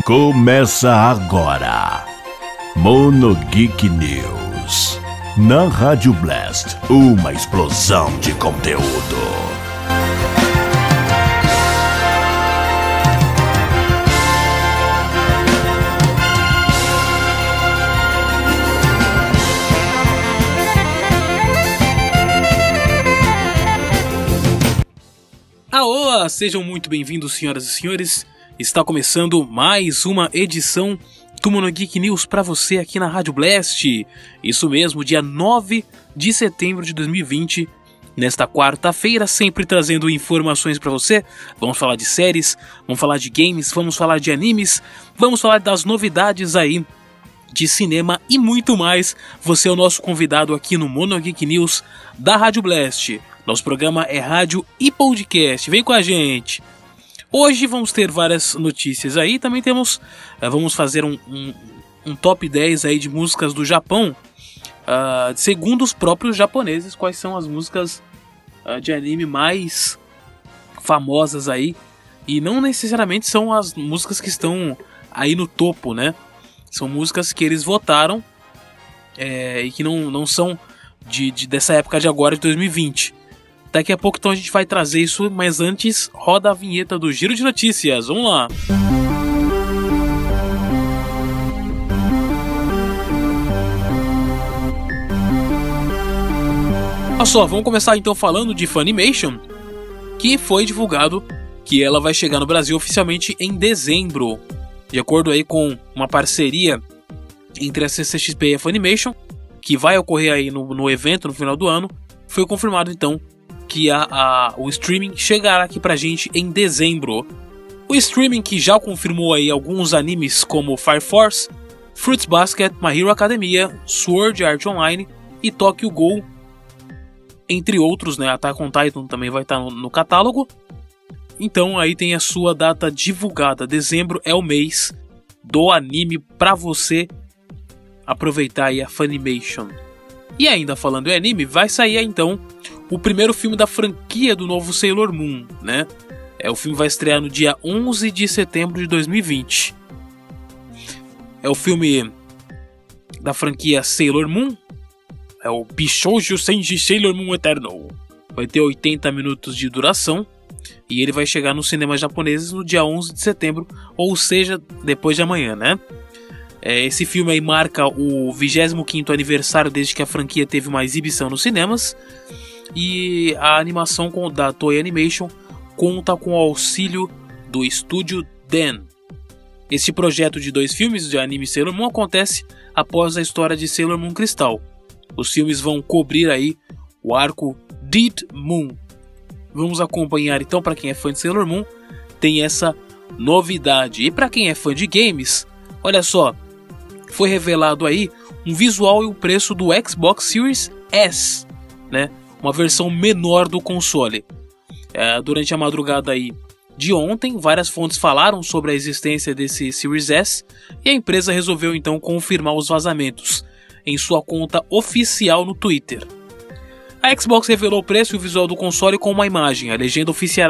Começa agora, Mono Geek News, na Rádio Blast, uma explosão de conteúdo. Olá, sejam muito bem-vindos, senhoras e senhores. Está começando mais uma edição do Mono Geek News para você aqui na Rádio Blast. Isso mesmo, dia 9 de setembro de 2020, nesta quarta-feira, sempre trazendo informações para você. Vamos falar de séries, vamos falar de games, vamos falar de animes, vamos falar das novidades aí de cinema e muito mais. Você é o nosso convidado aqui no Mono Geek News da Rádio Blast. Nosso programa é rádio e podcast. Vem com a gente. Hoje vamos ter várias notícias aí. Também vamos fazer um top 10 aí de músicas do Japão, segundo os próprios japoneses, quais são as músicas de anime mais famosas aí. E não necessariamente são as músicas que estão aí no topo, né? São músicas que eles votaram e que não são dessa época de agora, de 2020. Daqui a pouco então a gente vai trazer isso, mas antes roda a vinheta do Giro de Notícias. Vamos lá! Olha só, vamos começar então falando de Funimation, que foi divulgado que ela vai chegar no Brasil oficialmente em dezembro. De acordo aí com uma parceria entre a CCXP e a Funimation, que vai ocorrer aí no evento no final do ano, foi confirmado então que o streaming chegará aqui pra gente em dezembro. O streaming que já confirmou aí alguns animes como Fire Force, Fruits Basket, My Hero Academia, Sword Art Online e Tokyo Ghoul, entre outros, né? Attack on Titan também vai estar no catálogo. Então aí tem a sua data divulgada. Dezembro é o mês do anime pra você aproveitar aí a Funimation. E ainda falando em anime, vai sair então o primeiro filme da franquia do novo Sailor Moon, né? O filme vai estrear no dia 11 de setembro de 2020. É o filme da franquia Sailor Moon. É o Bishoujo Senji Sailor Moon Eternal. Vai ter 80 minutos de duração. E ele vai chegar nos cinemas japoneses no dia 11 de setembro. Ou seja, depois de amanhã, né? Esse filme aí marca o 25º aniversário desde que a franquia teve uma exibição nos cinemas. E a animação da Toei Animation conta com o auxílio do estúdio Den. Este projeto de 2 filmes de anime Sailor Moon acontece após a história de Sailor Moon Crystal. Os filmes vão cobrir aí o arco Dead Moon. Vamos acompanhar então, para quem é fã de Sailor Moon, tem essa novidade. E para quem é fã de games, olha só, foi revelado aí um visual e o preço do Xbox Series S, né? Uma versão menor do console. Durante a madrugada aí de ontem, várias fontes falaram sobre a existência desse Series S e a empresa resolveu então confirmar os vazamentos em sua conta oficial no Twitter. A Xbox revelou o preço e o visual do console com uma imagem. A legenda oficial,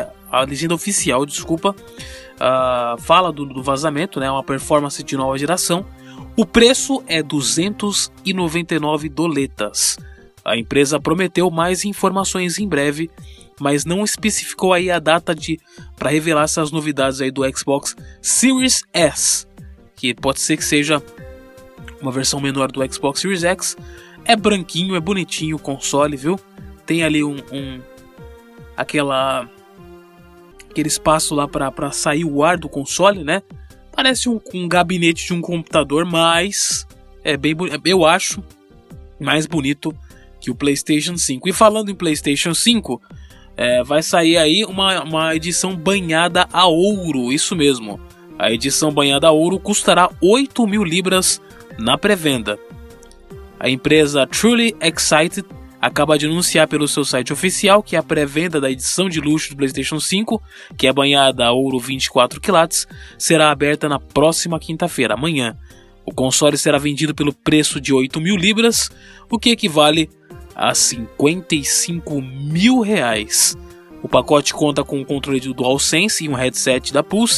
fala do vazamento, né? Uma performance de nova geração. O preço é 299 doletas. A empresa prometeu mais informações em breve, mas não especificou aí a data para revelar essas novidades aí do Xbox Series S, que pode ser que seja uma versão menor do Xbox Series X. É branquinho, é bonitinho o console, viu? Tem ali aquele espaço lá para sair o ar do console, né? Parece um gabinete de um computador, mas é bem eu acho mais bonito que o PlayStation 5. E falando em PlayStation 5, vai sair aí uma edição banhada a ouro, isso mesmo. A edição banhada a ouro custará 8.000 libras na pré-venda. A empresa Truly Excited acaba de anunciar pelo seu site oficial que a pré-venda da edição de luxo do PlayStation 5, que é banhada a ouro 24 quilates, será aberta na próxima quinta-feira, amanhã. O console será vendido pelo preço de 8.000 libras, o que equivale a 55 mil reais. O pacote conta com um controle do DualSense e um headset da Pulse,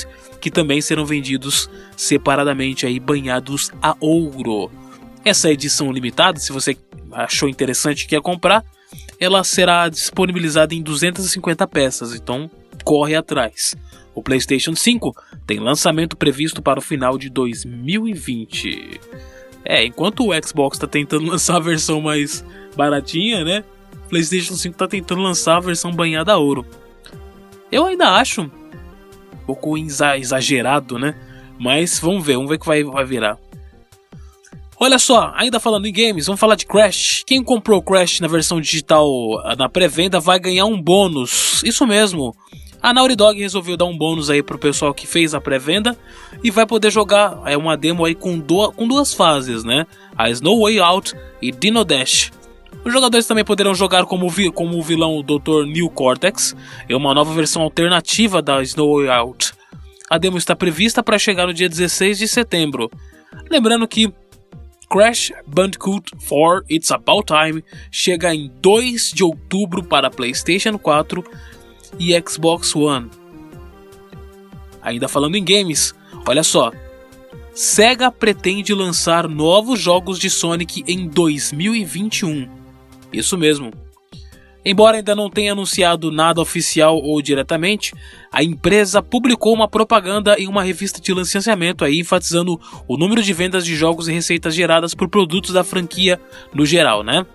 que também serão vendidos separadamente aí, banhados a ouro. Essa edição limitada, se você achou interessante e quer comprar, ela será disponibilizada em 250 peças, então corre atrás. O PlayStation 5 tem lançamento previsto para o final de 2020. Enquanto o Xbox está tentando lançar a versão mais baratinha, né? O PlayStation 5 está tentando lançar a versão banhada a ouro. Eu ainda acho um pouco exagerado, né? Mas vamos ver o que vai virar. Olha só, ainda falando em games, vamos falar de Crash. Quem comprou Crash na versão digital na pré-venda vai ganhar um bônus. Isso mesmo. A Naughty Dog resolveu dar um bônus aí pro pessoal que fez a pré-venda e vai poder jogar uma demo aí com duas fases, né? A Snow Way Out e Dino Dash. Os jogadores também poderão jogar como o vilão Dr. Neil Cortex. É uma nova versão alternativa da Snow Way Out. A demo está prevista para chegar no dia 16 de setembro. Lembrando que Crash Bandicoot 4 It's About Time chega em 2 de outubro para PlayStation 4 e Xbox One. Ainda falando em games, olha só. Sega pretende lançar novos jogos de Sonic em 2021. Isso mesmo. Embora ainda não tenha anunciado nada oficial ou diretamente, a empresa publicou uma propaganda em uma revista de licenciamento aí, enfatizando o número de vendas de jogos e receitas geradas por produtos da franquia no geral, né?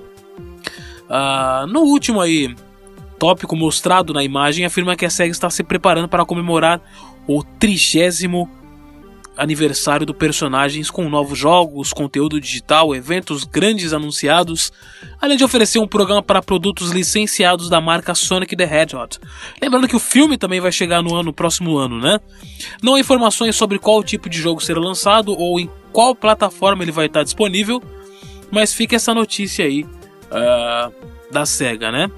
No último aí tópico mostrado na imagem, afirma que a SEGA está se preparando para comemorar o 30º aniversário do personagens com novos jogos, conteúdo digital, eventos grandes anunciados, além de oferecer um programa para produtos licenciados da marca Sonic the Hedgehog. Lembrando que o filme também vai chegar no próximo ano, né? Não há informações sobre qual tipo de jogo será lançado ou em qual plataforma ele vai estar disponível, mas fica essa notícia aí da SEGA, né?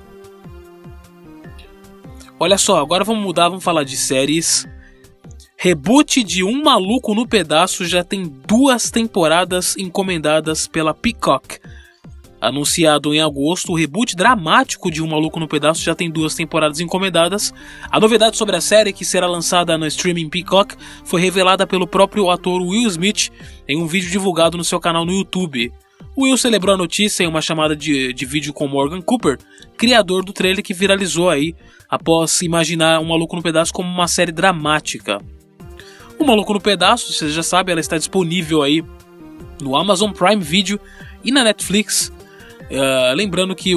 Olha só, agora vamos falar de séries. Reboot de Um Maluco no Pedaço já tem 2 temporadas encomendadas pela Peacock. Anunciado em agosto, o reboot dramático de Um Maluco no Pedaço já tem 2 temporadas encomendadas. A novidade sobre a série, que será lançada no streaming Peacock, foi revelada pelo próprio ator Will Smith em um vídeo divulgado no seu canal no YouTube. Will celebrou a notícia em uma chamada de vídeo com Morgan Cooper, criador do trailer que viralizou aí após imaginar Um Maluco no Pedaço como uma série dramática. O Maluco no Pedaço, você já sabe, ela está disponível aí no Amazon Prime Video e na Netflix. Lembrando que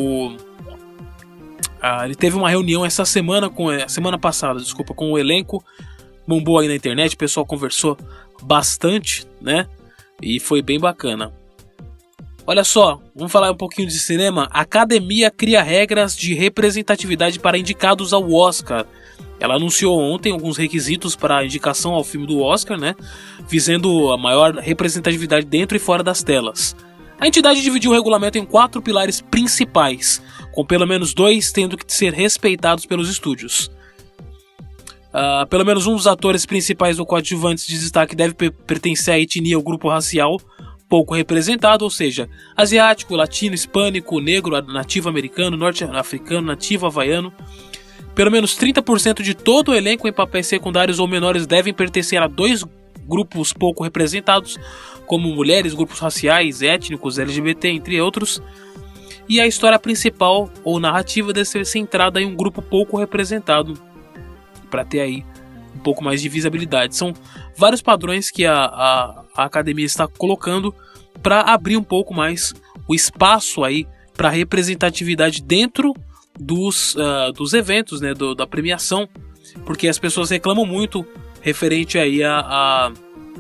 ele teve uma reunião semana passada, com o elenco. Bombou aí na internet, o pessoal conversou bastante, né? E foi bem bacana. Olha só, vamos falar um pouquinho de cinema. A Academia cria regras de representatividade para indicados ao Oscar. Ela anunciou ontem alguns requisitos para a indicação ao filme do Oscar, né? Visando a maior representatividade dentro e fora das telas. A entidade dividiu o regulamento em 4 pilares principais, com pelo menos 2 tendo que ser respeitados pelos estúdios. Pelo menos um dos atores principais ou coadjuvantes de destaque deve pertencer à etnia ou grupo racial pouco representado, ou seja, asiático, latino, hispânico, negro, nativo americano, norte-africano, nativo havaiano. Pelo menos 30% de todo o elenco em papéis secundários ou menores devem pertencer a 2 grupos pouco representados, como mulheres, grupos raciais, étnicos, LGBT, entre outros. E a história principal ou narrativa deve ser centrada em um grupo pouco representado, para ter aí um pouco mais de visibilidade. São vários padrões que a academia está colocando para abrir um pouco mais o espaço aí para representatividade dentro dos eventos, né, da premiação, porque as pessoas reclamam muito referente aí a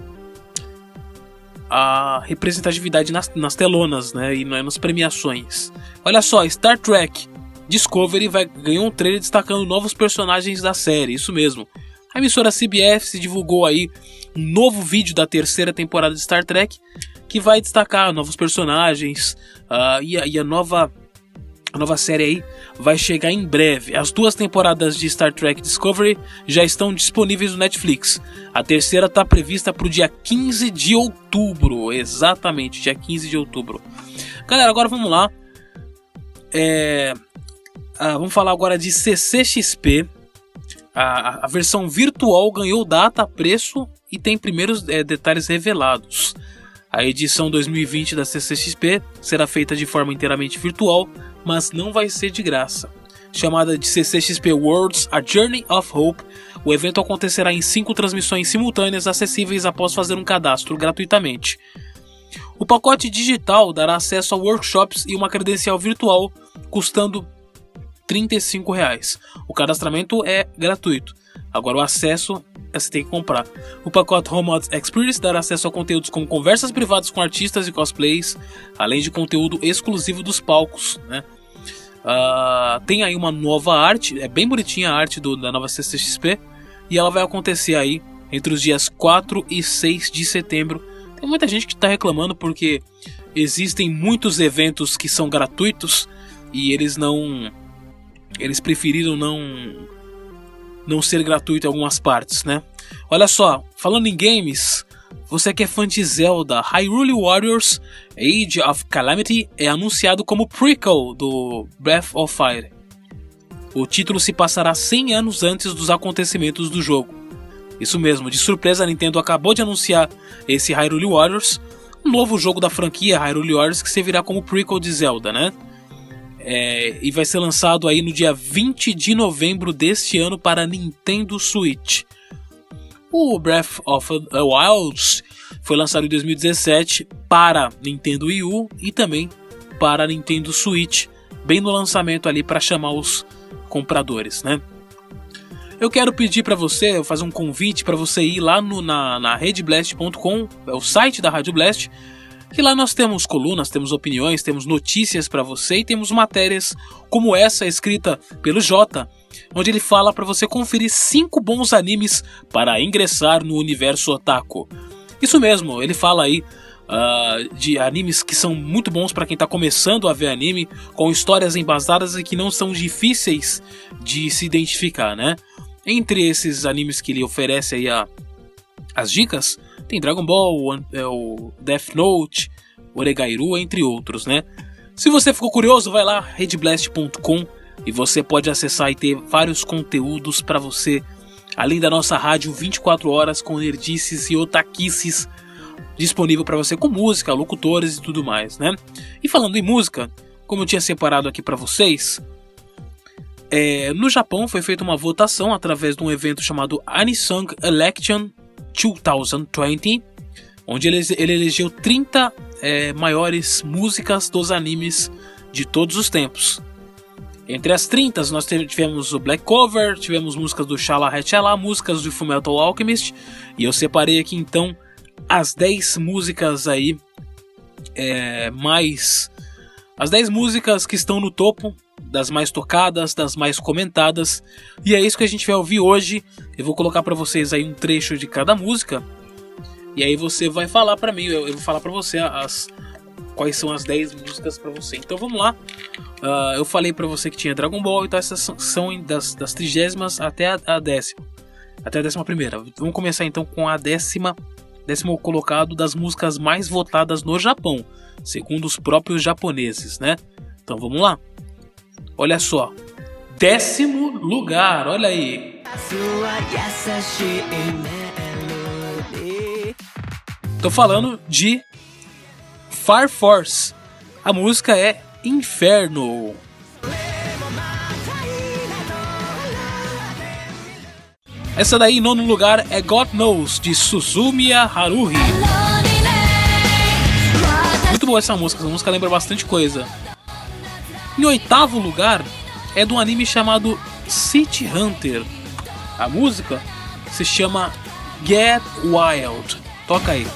representatividade nas telonas, né, e nas premiações. Olha só, Star Trek Discovery ganhou um trailer destacando novos personagens da série, isso mesmo. A emissora CBS divulgou aí um novo vídeo da 3ª temporada de Star Trek, que vai destacar novos personagens, e a nova série aí vai chegar em breve. As 2 temporadas de Star Trek Discovery já estão disponíveis no Netflix. A 3ª está prevista para o dia 15 de outubro. Exatamente, dia 15 de outubro. Galera, agora vamos lá. Vamos falar agora de CCXP. A versão virtual ganhou data, preço e tem primeiros detalhes revelados. A edição 2020 da CCXP será feita de forma inteiramente virtual, mas não vai ser de graça. Chamada de CCXP Worlds A Journey of Hope, o evento acontecerá em 5 transmissões simultâneas acessíveis após fazer um cadastro gratuitamente. O pacote digital dará acesso a workshops e uma credencial virtual, custando R$ 35,00. O cadastramento é gratuito. Agora o acesso você tem que comprar. O pacote Home Experience dará acesso a conteúdos como conversas privadas com artistas e cosplays, além de conteúdo exclusivo dos palcos, né? Tem aí uma nova arte, é bem bonitinha a arte da nova CCXP, e ela vai acontecer aí entre os dias 4 e 6 de setembro. Tem muita gente que está reclamando porque existem muitos eventos que são gratuitos e eles preferiram não ser gratuito em algumas partes, né? Olha só, falando em games, você que é fã de Zelda, Hyrule Warriors Age of Calamity é anunciado como prequel do Breath of Fire. O título se passará 100 anos antes dos acontecimentos do jogo. Isso mesmo, de surpresa a Nintendo acabou de anunciar esse Hyrule Warriors, um novo jogo da franquia Hyrule Warriors que servirá como prequel de Zelda, né? E vai ser lançado aí no dia 20 de novembro deste ano para Nintendo Switch. O Breath of the Wild foi lançado em 2017 para Nintendo Wii U e também para Nintendo Switch, bem no lançamento ali para chamar os compradores, né? Eu quero pedir para você, fazer um convite para você ir lá na redblast.com, é o site da Rádio Blast, que lá nós temos colunas, temos opiniões, temos notícias para você e temos matérias como essa escrita pelo Jota, onde ele fala para você conferir 5 bons animes para ingressar no universo otaku. Isso mesmo, ele fala aí de animes que são muito bons para quem está começando a ver anime, com histórias embasadas e que não são difíceis de se identificar, né? Entre esses animes que ele oferece aí as dicas, tem Dragon Ball, o Death Note, Oregairu, entre outros, né? Se você ficou curioso, vai lá, redblast.com, e você pode acessar e ter vários conteúdos para você, além da nossa rádio 24 horas com nerdices e otaquices disponível para você, com música, locutores e tudo mais, né? E falando em música, como eu tinha separado aqui para vocês, no Japão foi feita uma votação através de um evento chamado Anisong Election 2020, onde ele elegeu 30 maiores músicas dos animes de todos os tempos. Entre as 30 nós tivemos o Black Cover, tivemos músicas do Shala Hatchala, músicas do Fullmetal Alchemist, e eu separei aqui então as 10 músicas aí as 10 músicas que estão no topo, das mais tocadas, das mais comentadas, e é isso que a gente vai ouvir hoje. Eu vou colocar pra vocês aí um trecho de cada música, e aí você vai falar pra mim, eu vou falar pra você quais são as 10 músicas pra você. Então vamos lá. Eu falei pra você que tinha Dragon Ball, então essas são das 30ª até a 10ª, até a 11ª. Vamos começar então com a 10º colocado das músicas mais votadas no Japão, segundo os próprios japoneses, né? Então vamos lá. Olha só, 10º lugar, olha aí. Tô falando de Fire Force. A música é Inferno. Essa daí, em 9º lugar, é God Knows, de Suzumiya Haruhi. Muito boa essa música lembra bastante coisa. Em 8º lugar, é de um anime chamado City Hunter. A música se chama Get Wild. Toca aí.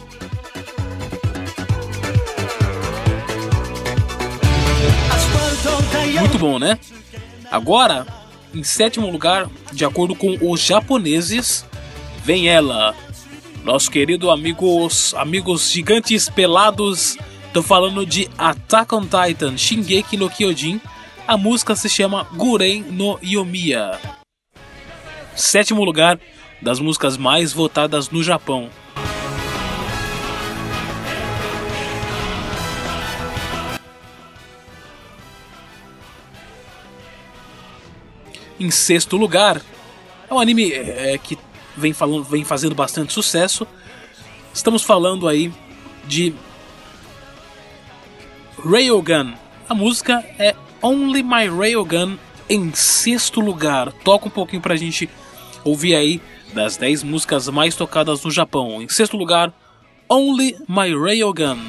Muito bom, né? Agora, em 7º lugar, de acordo com os japoneses, vem ela, nosso querido amigos gigantes pelados. Tô falando de Attack on Titan, Shingeki no Kyojin. A música se chama Guren no Yomiya. 7º lugar das músicas mais votadas no Japão. Em 6º lugar, É um anime que vem fazendo bastante sucesso. Estamos falando aí de Railgun. A música é Only My Railgun em 6º lugar. Toca um pouquinho pra gente ouvir aí das 10 músicas mais tocadas no Japão. Em 6º lugar, Only My Railgun.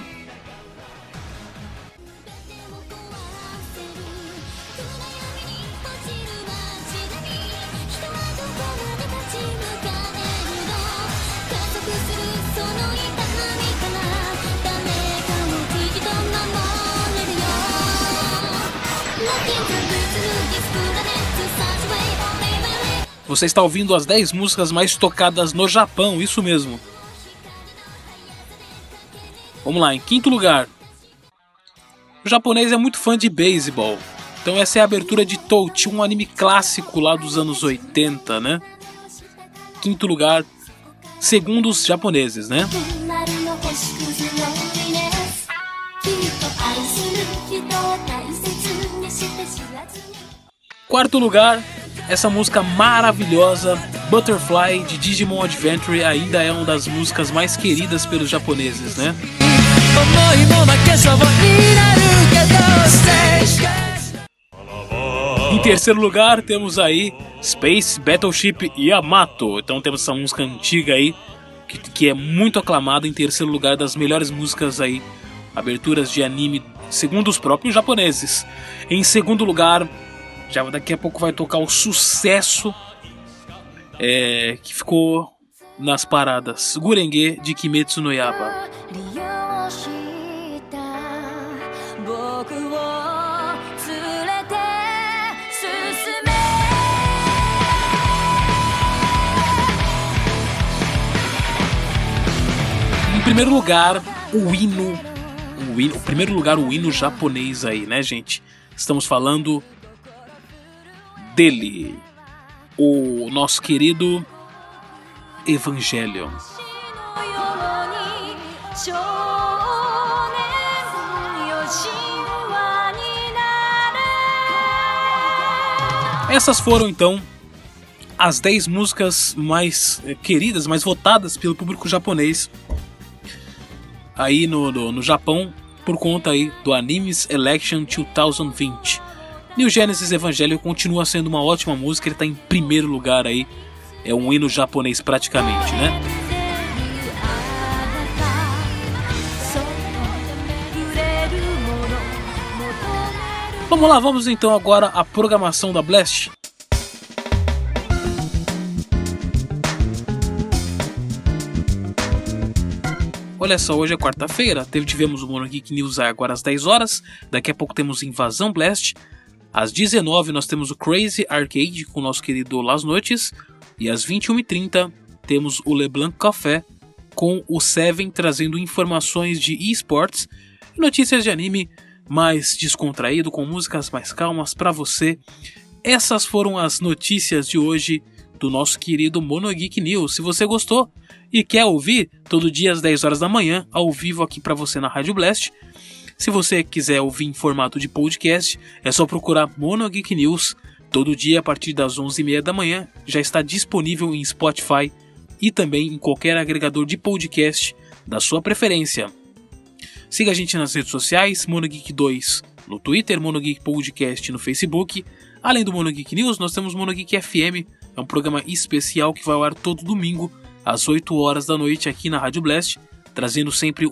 Você está ouvindo as 10 músicas mais tocadas no Japão, isso mesmo. Vamos lá, em 5º lugar. O japonês é muito fã de beisebol. Então essa é a abertura de Touch, um anime clássico lá dos anos 80, né? 5º lugar, segundo os japoneses, né? Quarto lugar, essa música maravilhosa, Butterfly, de Digimon Adventure, ainda é uma das músicas mais queridas pelos japoneses, né? Em terceiro lugar, temos aí Space Battleship Yamato. Então temos essa música antiga aí, que é muito aclamada, em terceiro lugar das melhores músicas aí, aberturas de anime, segundo os próprios japoneses. Em segundo lugar, já daqui a pouco vai tocar o sucesso que ficou nas paradas, Gurenge, de Kimetsu no Yaiba. Em primeiro lugar, o hino japonês aí, né, gente? Estamos falando dele, o nosso querido Evangelion. Essas foram então as 10 músicas mais queridas, mais votadas pelo público japonês aí no Japão, por conta aí do Animes Election 2020. New Genesis Evangelion continua sendo uma ótima música, ele está em primeiro lugar aí, é um hino japonês praticamente, né? Vamos lá, vamos então agora à programação da Blast. Olha só, hoje é quarta-feira, tivemos o Mono Geek News agora às 10 horas, daqui a pouco temos Invasão Blast, às 19 nós temos o Crazy Arcade com o nosso querido Las Noites, e às 21h30 temos o LeBlanc Café com o Seven trazendo informações de esportes e notícias de anime mais descontraído, com músicas mais calmas para você. Essas foram as notícias de hoje do nosso querido Mono Geek News. Se você gostou e quer ouvir todo dia às 10 horas da manhã, ao vivo aqui para você na Rádio Blast, se você quiser ouvir em formato de podcast, é só procurar Mono Geek News. Todo dia a partir das 11h30 da manhã já está disponível em Spotify e também em qualquer agregador de podcast da sua preferência. Siga a gente nas redes sociais, Mono Geek 2 no Twitter, Mono Geek Podcast no Facebook. Além do Mono Geek News, nós temos Mono Geek FM, é um programa especial que vai ao ar todo domingo às 8 horas da noite aqui na Rádio Blast, trazendo sempre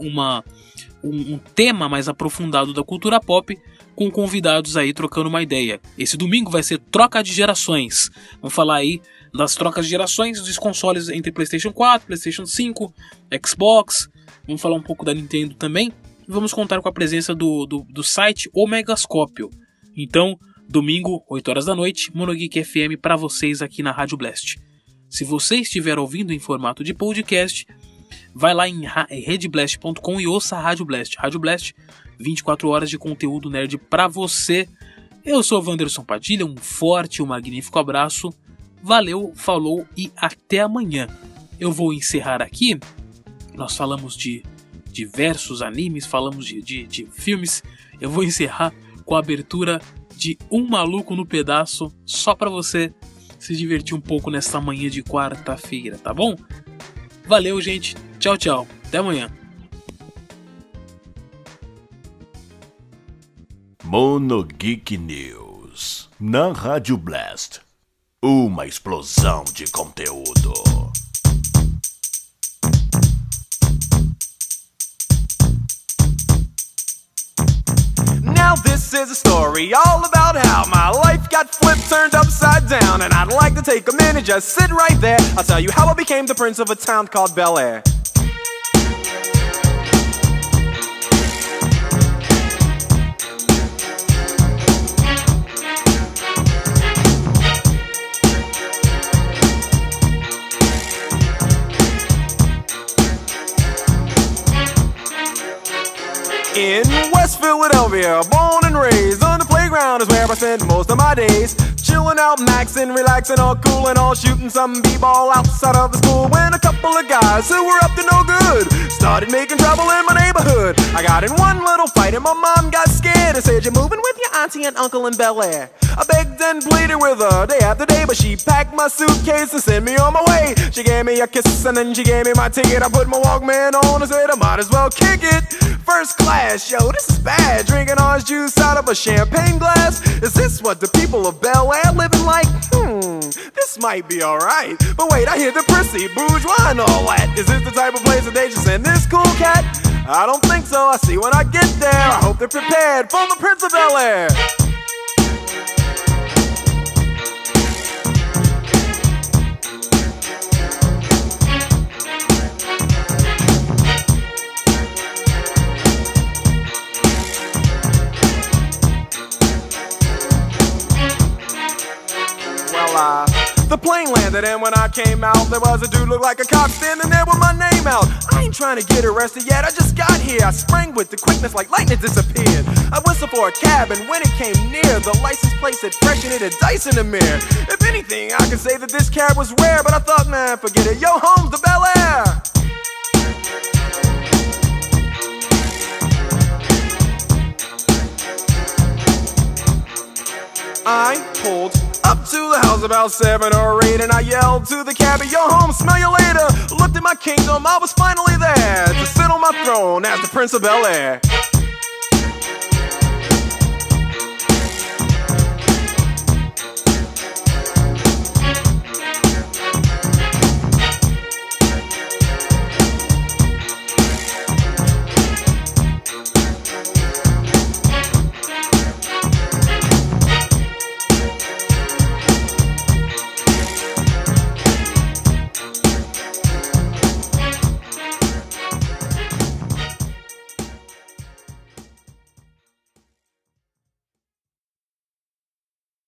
um tema mais aprofundado da cultura pop, com convidados aí trocando uma ideia. Esse domingo vai ser troca de gerações. Vamos falar aí das trocas de gerações dos consoles entre PlayStation 4, PlayStation 5, Xbox. Vamos falar um pouco da Nintendo também. E vamos contar com a presença do site Omegascópio. Então, domingo, 8 horas da noite, Mono Geek FM para vocês aqui na Rádio Blast. Se você estiver ouvindo em formato de podcast, vai lá em redblast.com e ouça a Rádio Blast. Rádio Blast, 24 horas de conteúdo nerd para você. Eu sou o Wanderson Padilha, um forte e um magnífico abraço. Valeu, falou e até amanhã. Eu vou encerrar aqui. Nós falamos de diversos animes, falamos de filmes. Eu vou encerrar com a abertura de Um Maluco no Pedaço, só para você se divertir um pouco nessa manhã de quarta-feira, tá bom? Valeu, gente. Tchau, tchau. Até amanhã. Mono Geek News, na Rádio Blast. Uma explosão de conteúdo. Now this is a story all about how my life got flipped, turned upside down, and I'd like to take a minute, just sit right there. I'll tell you how I became the prince of a town called Bel Air. In West Philadelphia, born and raised, on the playground is where I spent most of my days. Chilling out, maxing, relaxing, all cool and all, shooting some b-ball outside of the school. When a couple of guys who were up to no good started making trouble in my neighborhood. I got in one little fight and my mom got scared and said, "You're moving with your auntie and uncle in Bel Air." I begged and pleaded with her day after day, but she packed my suitcase and sent me on my way. She gave me a kiss and then she gave me my ticket. I put my Walkman on and said I might as well kick it. First class, yo, this is bad. Drinking orange juice out of a champagne glass. Is this what the people of Bel Air living like? This might be alright. But wait, I hear the prissy, bourgeois and all that. Is this the type of place that they just send this cool cat? I don't think so. I see when I get there. I hope they're prepared for the Prince of Bel Air. The plane landed and when I came out, there was a dude look like a cop standing there with my name out. I ain't trying to get arrested yet, I just got here. I sprang with the quickness like lightning disappeared. I whistled for a cab and when it came near, the license plate said fresh and it had dice in the mirror. If anything, I could say that this cab was rare, but I thought, man, forget it, yo, home's the Bel Air. I pulled up to the house about 7 or 8 and I yelled to the cabbie, "Yo, home, smell you later." Looked at my kingdom, I was finally there to sit on my throne as the Prince of Bel Air.